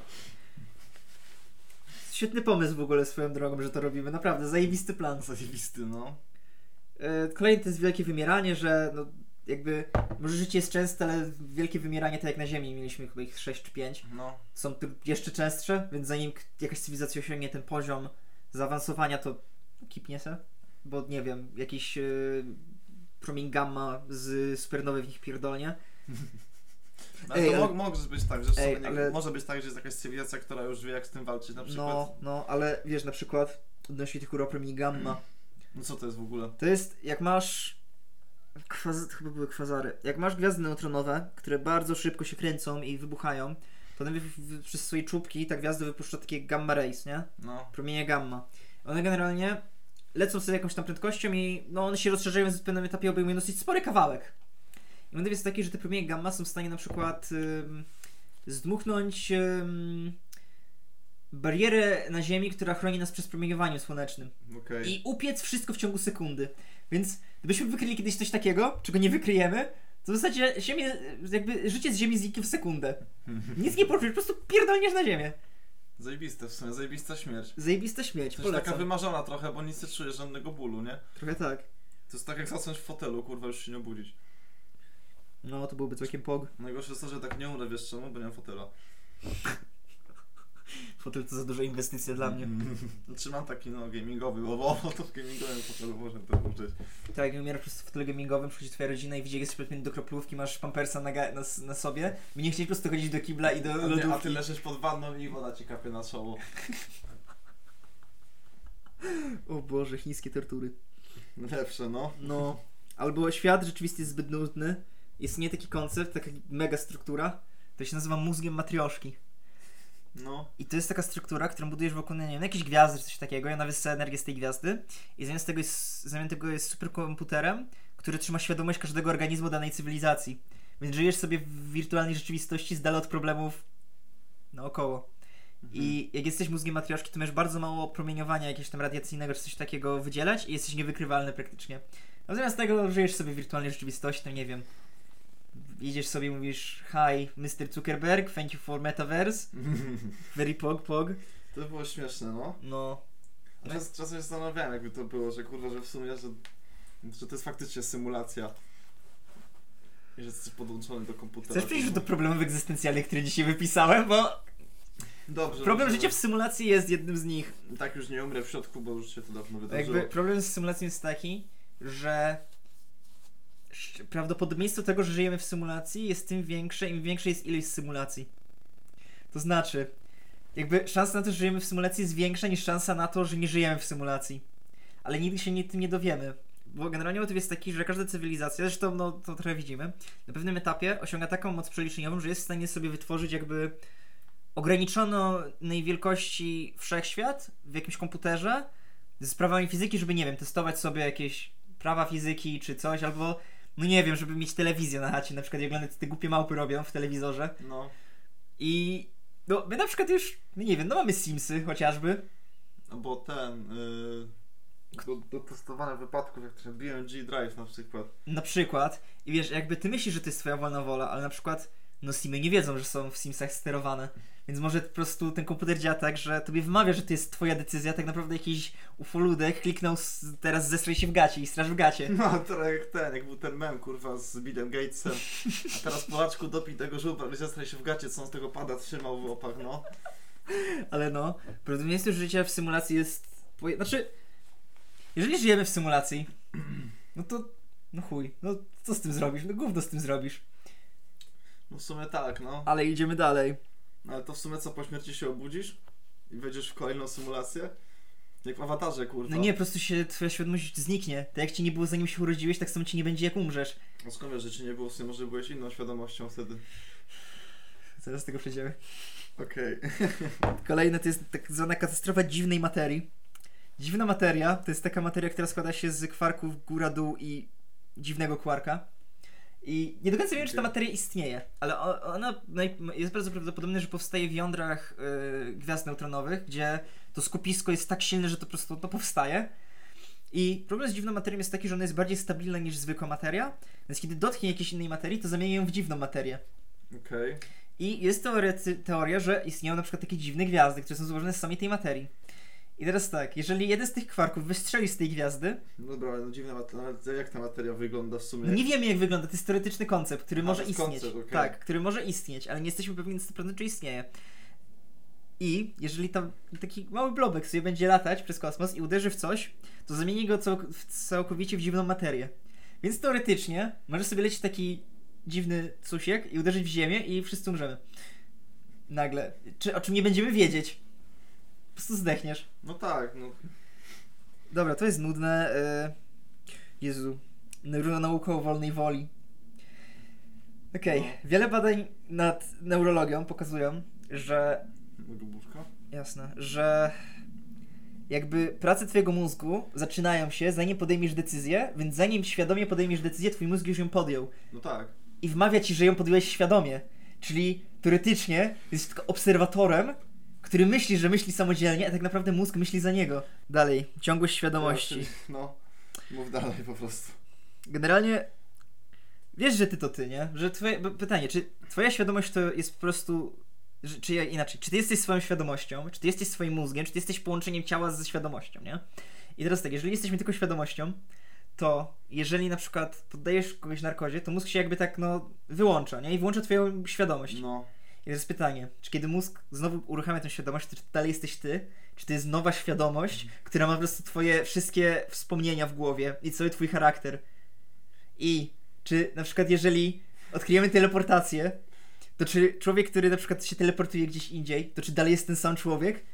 Świetny pomysł w ogóle swoją drogą, że to robimy. Naprawdę, zajebisty plan. Zajebisty, no. E, Kolejny to jest wielkie wymieranie, że no jakby, może życie jest częste, ale wielkie wymieranie tak jak na Ziemi, mieliśmy chyba ich sześć czy pięć. No. Są tu jeszcze częstsze, więc zanim k- jakaś cywilizacja osiągnie ten poziom zaawansowania, to kipnie se. Bo nie wiem, jakiś yy, promień gamma z supernowy w nich pierdolnie. No, Ej, to ale- mo- może być tak, że Ej, sobie nie, ale- może być tak, że jest jakaś cywilizacja, która już wie jak z tym walczyć, na przykład. No, no, ale wiesz, na przykład odnośnie tych kurwa promieni gamma. No co to jest w ogóle? To jest, jak masz kwaz... chyba były kwazary. Jak masz gwiazdy neutronowe, które bardzo szybko się kręcą i wybuchają, to one wy- wy- przez swoje czubki ta gwiazda wypuszcza takie gamma rays, nie? No. Promienie gamma. One generalnie lecą sobie jakąś tam prędkością i no one się rozszerzają w pewnym etapie, obejmują dosyć spory kawałek. I motyw jest taki, że te promienie gamma są w stanie na przykład ym, zdmuchnąć ym, barierę na Ziemi, która chroni nas przed promieniowaniem słonecznym. Okej. I upiec wszystko w ciągu sekundy. Więc gdybyśmy wykryli kiedyś coś takiego, czego nie wykryjemy, to w zasadzie ziemię, jakby życie z Ziemi zniknie w sekundę. Nic nie poczujesz, po prostu pierdolniesz na Ziemię. Zajebiste w sumie, zajebista śmierć. Zajebista śmierć, Też taka polecam. wymarzona trochę, bo nic nie czujesz żadnego bólu, nie? Trochę tak. To jest tak jak zasnąć w fotelu, kurwa, już się nie obudzić. No, to byłby całkiem pog. Najgorsze jest to, że tak nie umrę, wiesz czemu? Bo nie mam fotela. Fotel to za duża inwestycja dla mnie. Znaczy mam taki no gamingowy, bo, bo to w gamingowym fotelu można to użyć. Tak, jak umierasz po prostu w fotelu gamingowym, przychodzi twoja rodzina i widzi, jak jesteś podpięty do kroplówki, masz pampersa na, ga- na, na sobie i nie chcieli po prostu chodzić do kibla i do A, lodówki. nie, a ty leżysz pod wanną i woda ci kapie na czoło. O Boże, chińskie tortury. Lepsze, no. No. Albo świat rzeczywiście jest zbyt nudny. Istnieje taki koncept, taka mega struktura, to się nazywa mózgiem matrioszki. No. I to jest taka struktura, którą budujesz wokół, nie wiem, jakiejś gwiazdy czy coś takiego, i ona wysysa energię z tej gwiazdy i zamiast tego jest, zamiast tego jest superkomputerem, który trzyma świadomość każdego organizmu danej cywilizacji. Więc żyjesz sobie w wirtualnej rzeczywistości z dala od problemów naokoło. Mhm. I jak jesteś mózgiem matrioszki, to masz bardzo mało promieniowania jakiegoś tam radiacyjnego czy coś takiego wydzielać i jesteś niewykrywalny praktycznie. No zamiast tego żyjesz sobie w wirtualnej rzeczywistości, no nie wiem. Idziesz sobie i mówisz: Hi, mister Zuckerberg, thank you for metaverse. Very pog, pog. To by było śmieszne, no. No. Czas, czasem się zastanawiałem, jakby to było, że kurwa, że w sumie, że, że to jest faktycznie symulacja. I że jesteś podłączony do komputera. Chcesz przejść do problemów egzystencjalnych, które dzisiaj wypisałem, bo Dobrze. problem że- życia w symulacji jest jednym z nich. Tak już nie umrę w środku, bo już się to dawno wydarzyło. Jakby problem z symulacją jest taki, że sz- prawdopodobieństwo tego, że żyjemy w symulacji jest tym większe, im większa jest ilość symulacji. To znaczy, jakby szansa na to, że żyjemy w symulacji jest większa niż szansa na to, że nie żyjemy w symulacji. Ale nigdy się nie, tym nie dowiemy. Bo generalnie motyw jest taki, że każda cywilizacja, zresztą no, to trochę widzimy, na pewnym etapie osiąga taką moc przeliczeniową, że jest w stanie sobie wytworzyć jakby ograniczonej wielkości wszechświat w jakimś komputerze z prawami fizyki, żeby, nie wiem, testować sobie jakieś prawa fizyki czy coś, albo, no nie wiem, żeby mieć telewizję na chacie, na przykład jak oglądać, co te głupie małpy robią w telewizorze. No. I no, my na przykład już, no nie wiem, no mamy Simsy chociażby. No bo ten... Yy, do, do testowania wypadków, jak to B M G Drive na przykład. Na przykład. I wiesz, jakby ty myślisz, że to jest twoja wolna wola, ale na przykład no Simy nie wiedzą, że są w Simsach sterowane. Więc może po prostu ten komputer działa tak, że tobie wymawia, że to jest twoja decyzja, tak naprawdę jakiś ufoludek kliknął s- teraz zestraj się w gacie i straż w gacie. No, to jak ten, jak był ten mem, kurwa, z Billem Gatesem. A teraz Polaczku dopij tego żubra, ale zastraj się w gacie, co on z tego pada trzymał w opach, no. Ale no, prawdopodobieństwo życia w symulacji jest... poje- Znaczy, jeżeli żyjemy w symulacji, no to... No chuj, no co z tym zrobisz? No gówno z tym zrobisz. No w sumie tak, no. Ale idziemy dalej. No ale to w sumie co, po śmierci się obudzisz? I wejdziesz w kolejną symulację? Jak w awatarze, kurwa. No nie, po prostu się twoja świadomość zniknie. Tak jak ci nie było zanim się urodziłeś, tak samo ci nie będzie jak umrzesz. No skąd wiesz, że ci nie było, w sumie może byłeś inną świadomością wtedy. Zaraz z tego przejdziemy. Okej. Kolejne to jest tak zwana katastrofa dziwnej materii. Dziwna materia to jest taka materia, która składa się z kwarków góra-dół i dziwnego kwarka. I nie do końca wiem, czy ta Okej. materia istnieje, ale o- ona naj- jest bardzo prawdopodobne, że powstaje w jądrach yy, gwiazd neutronowych, gdzie to skupisko jest tak silne, że to po prostu to powstaje. I problem z dziwną materią jest taki, że ona jest bardziej stabilna niż zwykła materia, więc kiedy dotknie jakiejś innej materii, to zamienia ją w dziwną materię. Okej. I jest teoria, teoria, że istnieją na przykład takie dziwne gwiazdy, które są złożone z samej tej materii. I teraz tak, jeżeli jeden z tych kwarków wystrzeli z tej gwiazdy, No dobra, ale no dziwna materia, ale jak ta materia wygląda w sumie? no nie wiemy jak wygląda, to jest teoretyczny koncept, który A, może to jest istnieć. koncept, okej. Tak, który może istnieć, ale nie jesteśmy pewni na sto procent, czy istnieje. I jeżeli tam taki mały blobek sobie będzie latać przez kosmos i uderzy w coś, to zamieni go cał w całkowicie w dziwną materię. Więc teoretycznie może sobie lecieć taki dziwny cusiek i uderzyć w ziemię i wszyscy umrzemy. Nagle. Czy, o czym nie będziemy wiedzieć. Po prostu zdechniesz. No tak, no. Dobra, to jest nudne. Yy... Jezu. Neuronauka o wolnej woli. Okej. Okay. No. Wiele badań nad neurologią pokazują, że... Lubówka? Jasne. Że... Jakby prace twojego mózgu zaczynają się, zanim podejmiesz decyzję, więc zanim świadomie podejmiesz decyzję, twój mózg już ją podjął. No tak. I wmawia ci, że ją podjąłeś świadomie. Czyli teoretycznie jesteś tylko obserwatorem, który myśli, że myśli samodzielnie, a tak naprawdę mózg myśli za niego. Dalej, ciągłość świadomości. No, mów dalej po prostu. Generalnie wiesz, że ty to ty, nie? Że twoje... bo pytanie, czy twoja świadomość to jest po prostu... Że, czy ja, inaczej, czy ty jesteś swoją świadomością, czy ty jesteś swoim mózgiem, czy ty jesteś połączeniem ciała ze świadomością, nie? I teraz tak, jeżeli jesteśmy tylko świadomością, to jeżeli na przykład poddajesz kogoś narkozie, to mózg się jakby tak, no, wyłącza, nie? I włącza twoją świadomość. No. I teraz pytanie, czy kiedy mózg znowu uruchamia tę świadomość, to czy dalej jesteś ty? Czy to jest nowa świadomość, która ma po prostu twoje wszystkie wspomnienia w głowie i cały twój charakter? I czy na przykład jeżeli odkryjemy teleportację, to czy człowiek, który na przykład się teleportuje gdzieś indziej, to czy dalej jest ten sam człowiek?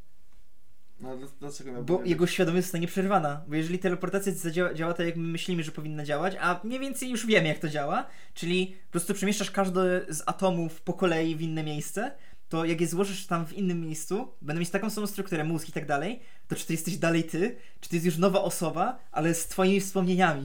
No ale dlaczego miałby Bo nie jego być? świadomość zostanie przerwana. Bo jeżeli teleportacja zadziała, działa tak, jak my myślimy, że powinna działać, a mniej więcej już wiemy, jak to działa, czyli po prostu przemieszczasz każdy z atomów po kolei w inne miejsce, to jak je złożysz tam w innym miejscu, będą mieć taką samą strukturę, mózg i tak dalej, to czy ty jesteś dalej ty, czy to jest już nowa osoba, ale z twoimi wspomnieniami.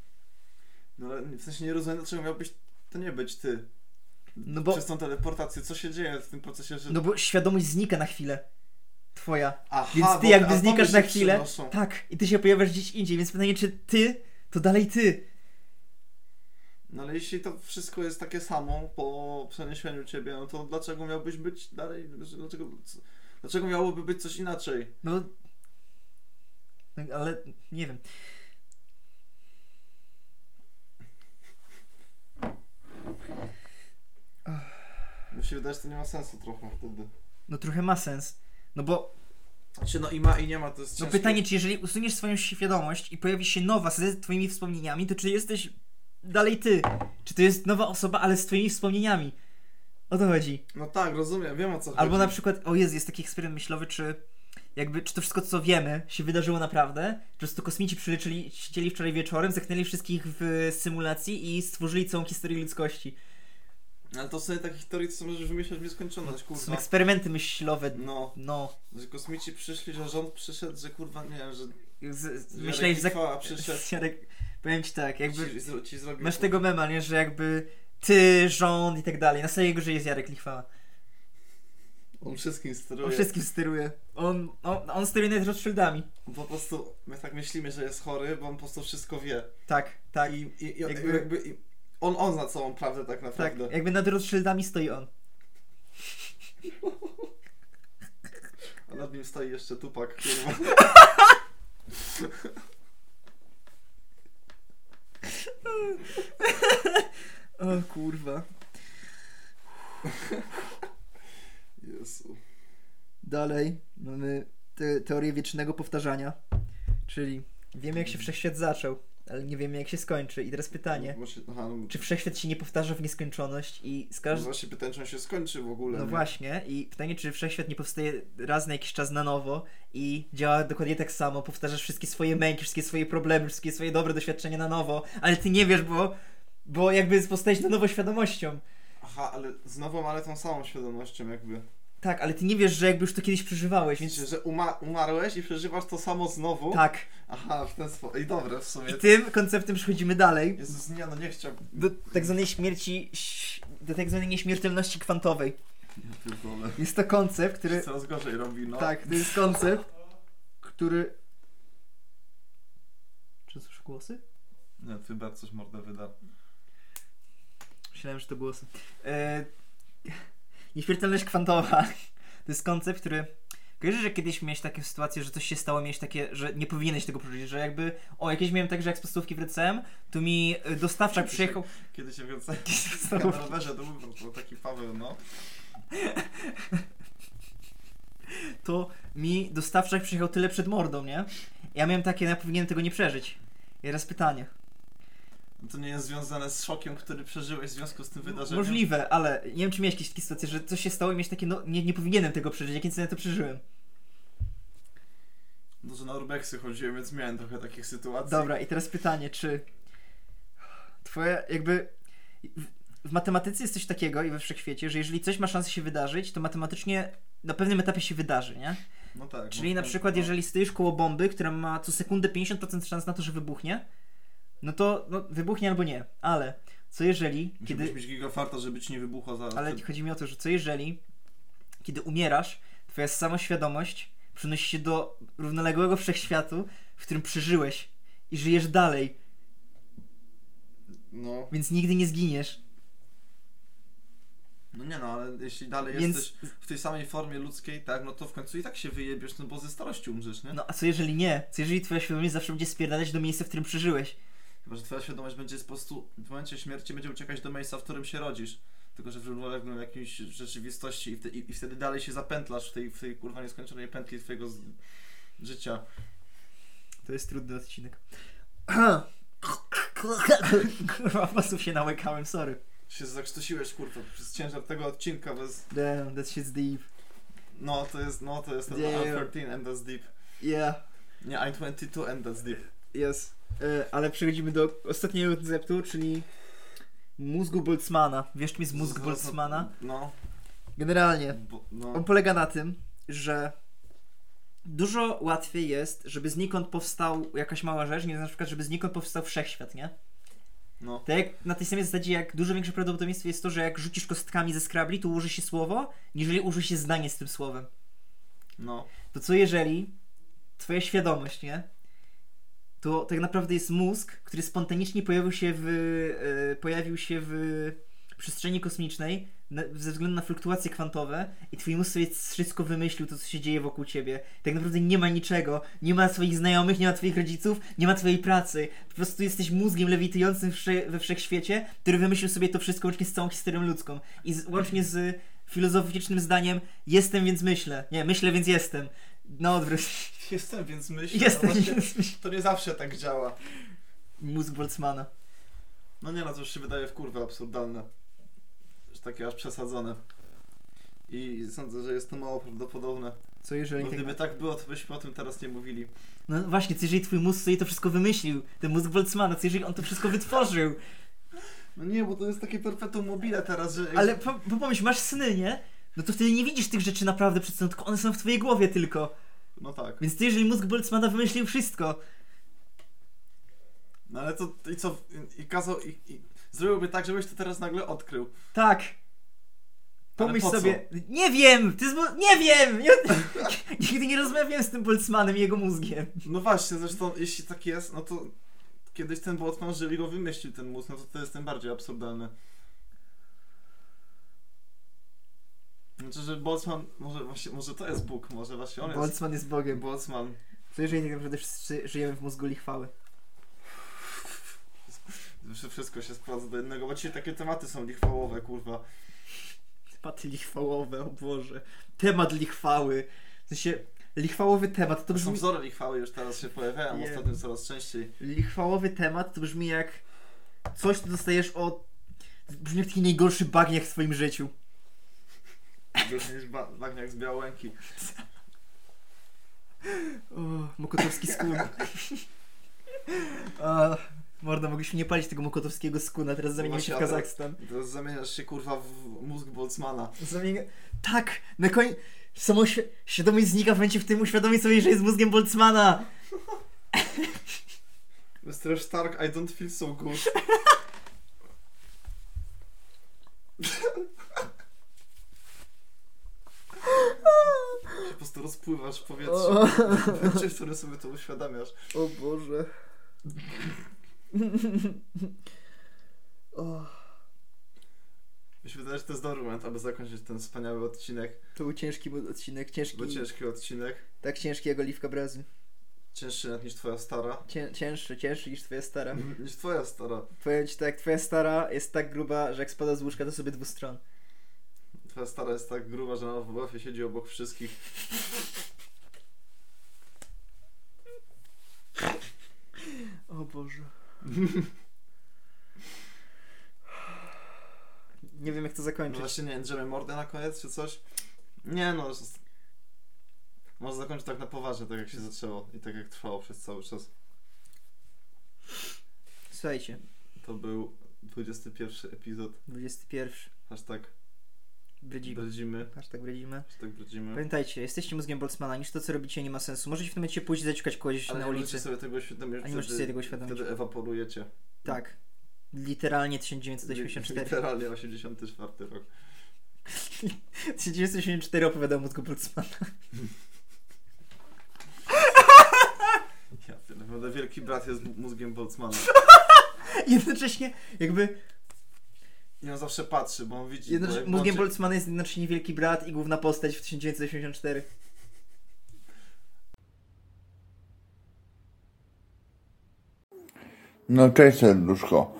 No ale w sensie nie rozumiem, dlaczego miałbyś to nie być ty. No bo, Przez tą teleportację, co się dzieje w tym procesie, że... no bo świadomość znika na chwilę. Twoja. Aha, Więc ty bo jakby atomy znikasz się na chwilę. przenoszą. Tak, i ty się pojawiasz gdzieś indziej, więc pytanie, czy ty, to dalej ty. No ale jeśli to wszystko jest takie samo po przeniesieniu ciebie, no to dlaczego miałbyś być dalej, dlaczego, co- dlaczego miałoby być coś inaczej? No, no ale nie wiem. Mi się wydaje, że to nie ma sensu trochę wtedy. No trochę ma sens. No bo, Znaczy no i ma i nie ma, to jest no ciężkie. pytanie, czy jeżeli usuniesz swoją świadomość i pojawi się nowa z twoimi wspomnieniami, to czy jesteś dalej ty? Czy to jest nowa osoba, ale z twoimi wspomnieniami? O to chodzi. No tak, rozumiem, wiem o co chodzi. Albo na przykład, o Jezu, jest taki eksperyment myślowy, czy jakby, czy to wszystko, co wiemy, się wydarzyło naprawdę? Po prostu kosmici przyleczyli, siedzieli wczoraj wieczorem, zamknęli wszystkich w symulacji i stworzyli całą historię ludzkości. Ale to sobie takich teorii, co możesz wymyślać w nieskończoność, Są kurwa. eksperymenty myślowe. No, No. że kosmici przyszli, że rząd przyszedł, że kurwa, nie wiem, że Z, z, Jarek myślałeś, że... Lichwa przyszedł. Jarek, powiem ci tak, jakby... ci, zro, ci zrobił... Masz tego mema, nie? Że jakby ty, rząd i tak dalej. Na samej górze jest Jarek Lichwa. On wszystkim steruje. On wszystkim steruje. On, on, on steruje nawet Rothschildami. Po prostu my tak myślimy, że jest chory, bo on po prostu wszystko wie. Tak, tak. I, i, i Jakby- jakby, jakby i on, on zna całą prawdę tak Tak, naprawdę. jakby nad Rothschildami stoi on. A nad nim stoi jeszcze Tupak, kurwa. O kurwa. Jezu. Dalej mamy te, teorię wiecznego powtarzania. Czyli wiemy jak się wszechświat zaczął, ale nie wiemy jak się skończy. I teraz pytanie. Właśnie, aha, no, Czy wszechświat się nie powtarza w nieskończoność i z no każdym... właśnie pytanie, czy on się skończy w ogóle. No nie? właśnie, i pytanie, czy wszechświat nie powstaje raz na jakiś czas na nowo i działa dokładnie tak samo, powtarzasz wszystkie swoje męki, wszystkie swoje problemy, wszystkie swoje dobre doświadczenia na nowo, ale ty nie wiesz, bo, bo jakby powstajesz na nowo świadomością. Aha, ale znowu, ale tą samą świadomością jakby. Tak, ale ty nie wiesz, że jakby już to kiedyś przeżywałeś, więc... Że uma- umarłeś i przeżywasz to samo znowu? Tak. Aha, w ten sposób. I dobre w sumie. I tym konceptem przechodzimy dalej. Jezus, nie no, nie chciałbym. Do tak zwanej śmierci... do tak zwanej nieśmiertelności kwantowej. Ja pierdolę. Jest to koncept, który... Coraz gorzej robi, no. Tak, to jest koncept, który... Czy słyszę głosy? Nie, ty bardzo coś mordę wyda. Myślałem, że to głosy. Eee, nieśmiertelność kwantowa to jest koncept, który... Kojarzysz, że kiedyś miałeś takie sytuacje, że coś się stało, miałeś takie, że nie powinieneś tego przeżyć, że jakby... O, jakieś miałem tak, że jak z podstawówki wracałem, to mi dostawczak przyjechał... Kiedy się wracałem na rowerze, to był to taki Paweł, no. To mi dostawczak przyjechał tyle przed mordą, nie? Ja miałem takie, no ja powinienem tego nie przeżyć. I teraz pytanie. To nie jest związane z szokiem, który przeżyłeś w związku z tym wydarzeniem? Możliwe, ale nie wiem, czy miałeś jakieś takie sytuacje, że coś się stało i miałeś takie, no nie, nie powinienem tego przeżyć, jak nic na to przeżyłem. No, że na urbexy chodziłem, więc miałem trochę takich sytuacji. Dobra, i teraz pytanie, czy twoje jakby... W, w matematyce jest coś takiego i we wszechświecie, że jeżeli coś ma szansę się wydarzyć, to matematycznie na pewnym etapie się wydarzy, nie? No tak. Czyli no, na przykład, no. jeżeli stoisz koło bomby, która ma co sekundę pięćdziesiąt procent szans na to, że wybuchnie, no to no, wybuchnie albo nie. Ale co jeżeli, Musi kiedy... mieć gigafarta, żeby ci nie wybuchła za... Ale chodzi mi o to, że co jeżeli, kiedy umierasz, twoja samoświadomość przenosi się do równoległego wszechświatu, w którym przeżyłeś i żyjesz dalej, No. więc nigdy nie zginiesz. No nie no, ale jeśli dalej Więc... jesteś w tej samej formie ludzkiej, tak, no to w końcu i tak się wyjebiesz, no bo ze starości umrzesz, nie? No a co jeżeli nie? Co jeżeli twoja świadomość zawsze będzie spierdalać do miejsca, w którym przeżyłeś? Chyba, że twoja świadomość będzie po prostu w momencie śmierci będzie uciekać do miejsca, w którym się rodzisz. Tylko, że w równoległym jakiejś rzeczywistości i, wte, i, i wtedy dalej się zapętlasz w tej, w tej kurwa nieskończonej pętli twojego z... życia. To jest trudny odcinek. Kurwa, pasów się nałykałem, sorry. Się zakrztusiłeś, kurwa, przez ciężar tego odcinka bez... Damn, that shit's deep. No, to jest, no, to jest ten Yeah. I'm thirteen and that's deep. Yeah. Nie, I'm twenty-two and that's deep. Yes. E, ale przechodzimy do ostatniego konceptu, czyli mózgu Boltzmana. Wiesz, czym jest mózg Z- Boltzmana? No. Generalnie. Bo, no. On polega na tym, że dużo łatwiej jest, żeby znikąd powstał jakaś mała rzecz, nie na przykład, żeby znikąd powstał wszechświat, nie? No. Tak jak na tej samej zasadzie, jak dużo większe prawdopodobieństwo jest to, że jak rzucisz kostkami ze Scrabble, to ułoży się słowo, niżeli ułoży się zdanie z tym słowem. No. To co jeżeli twoja świadomość, nie? To tak naprawdę jest mózg, który spontanicznie pojawił się w, e, pojawił się w przestrzeni kosmicznej na, ze względu na fluktuacje kwantowe i twój mózg sobie wszystko wymyślił, to co się dzieje wokół ciebie. Tak naprawdę nie ma niczego, nie ma swoich znajomych, nie ma twoich rodziców, nie ma twojej pracy. Po prostu jesteś mózgiem lewitującym wsze, we wszechświecie, który wymyślił sobie to wszystko łącznie z całą historią ludzką. I z, łącznie z filozoficznym zdaniem jestem, więc myślę. Nie, myślę, więc jestem. No odwrót. Jestem, więc myślę. Jestem, no właśnie, więc myślę. to nie zawsze tak działa. Mózg Boltzmana. No nie no, to już się wydaje w kurwę absurdalne. Że takie aż przesadzone. I sądzę, że jest to mało prawdopodobne. Co jeżeli Bo tak... gdyby tak było, to byśmy o tym teraz nie mówili. No właśnie, co jeżeli twój mózg sobie to wszystko wymyślił? Ten mózg Boltzmana, co jeżeli on to wszystko wytworzył? No nie, bo to jest takie perpetuum mobile teraz, że... Ale po, po pomyśl, masz sny, nie? No to wtedy nie widzisz tych rzeczy naprawdę przed sobą, tylko one są w twojej głowie tylko. No tak. Więc ty, jeżeli mózg Boltzmana wymyślił wszystko... No ale to i co? I kazał... I, i zrobiłby tak, żebyś to teraz nagle odkrył. Tak. Pomyśl po co? sobie... Nie wiem! Ty zmo... Nie wiem! Ja... Nigdy nie rozmawiałem z tym Boltzmanem i jego mózgiem. No właśnie, zresztą jeśli tak jest, no to kiedyś ten Boltzmann żył i go wymyślił ten mózg, no to to jest tym bardziej absurdalne. Znaczy, że Boltzmann, może właśnie, może to jest Bóg, może właśnie on Boltzmann jest jest Bogiem. Boltzmann. Co jeżeli tak naprawdę wszyscy żyjemy w mózgu lichwały? Wszystko się sprowadza do jednego, bo dzisiaj takie tematy są lichwałowe, kurwa. Tematy lichwałowe, o Boże. Temat lichwały. W sensie, lichwałowy temat to To są brzmi... wzory lichwały już teraz się pojawiają, Nie. ostatnio coraz częściej. Lichwałowy temat to brzmi jak coś, co dostajesz od... Brzmi jak taki najgorszy bagniak w swoim życiu. Gorszy niż ba- bagniak z Białęki. O, Mokotowski skór. A, Mordo, mogliśmy nie palić tego mokotowskiego skuna, teraz zamienimy się w Właśnie, a Kazachstan. Teraz zamieniasz się kurwa w mózg Boltzmana. Zamienia... Tak, na koń... Samoświ... Świadomość znika w momencie, w którym uświadomi sobie, że jest mózgiem Boltzmana. mister Stark, I don't feel so good. się po prostu rozpływasz w powietrzu. W momencie, w którym sobie to uświadamiasz. O Boże. O. Mi się wydaje, że to jest dobry moment, aby zakończyć ten wspaniały odcinek. To był ciężki odcinek, ciężki. Był ciężki odcinek. Tak ciężki jak oliwka Brazy. Cięższy nawet niż twoja stara. Cię, cięższy, cięższy niż twoja stara. niż twoja stara. Powiem ci tak, twoja stara jest tak gruba, że jak spada z łóżka, to sobie dwóch stron. Twoja stara jest tak gruba, że na w łafie siedzi obok wszystkich. O Boże. Nie wiem jak to No zakończyć. właśnie nie, drzemy mordę na koniec czy coś? Nie no, jest... może zakończyć tak na poważnie, tak jak się zaczęło i tak jak trwało przez cały czas. Słuchajcie. To był dwudziesty pierwszy epizod. dwudziesty pierwszy. Hashtag Bredzimy. bredzimy. Hashtag bredzimy. Hashtag bredzimy. Pamiętajcie, jesteście mózgiem Boltzmana, niż to co robicie nie ma sensu. Możecie w tym momencie pójść zaciukać kogoś Ale na nie ulicy. możecie sobie tego uświadomić, A nie możecie sobie tego uświadomić. Wtedy ewaporujecie. Tak. Literalnie tysiąc dziewięćset osiemdziesiąt cztery. Literalnie osiemdziesiąty czwarty rok. tysiąc dziewięćset osiemdziesiąt cztery opowiadał mózgu Boltzmana. Ja naprawdę wielki brat jest mózgiem Boltzmana. Jednocześnie jakby... I on zawsze patrzy, bo on widzi... Jednocześnie bo jak mózgiem włączy- Boltzmana jest jednocześnie wielki brat i główna postać w tysiąc dziewięćset osiemdziesiąt cztery. No cześć serduszko.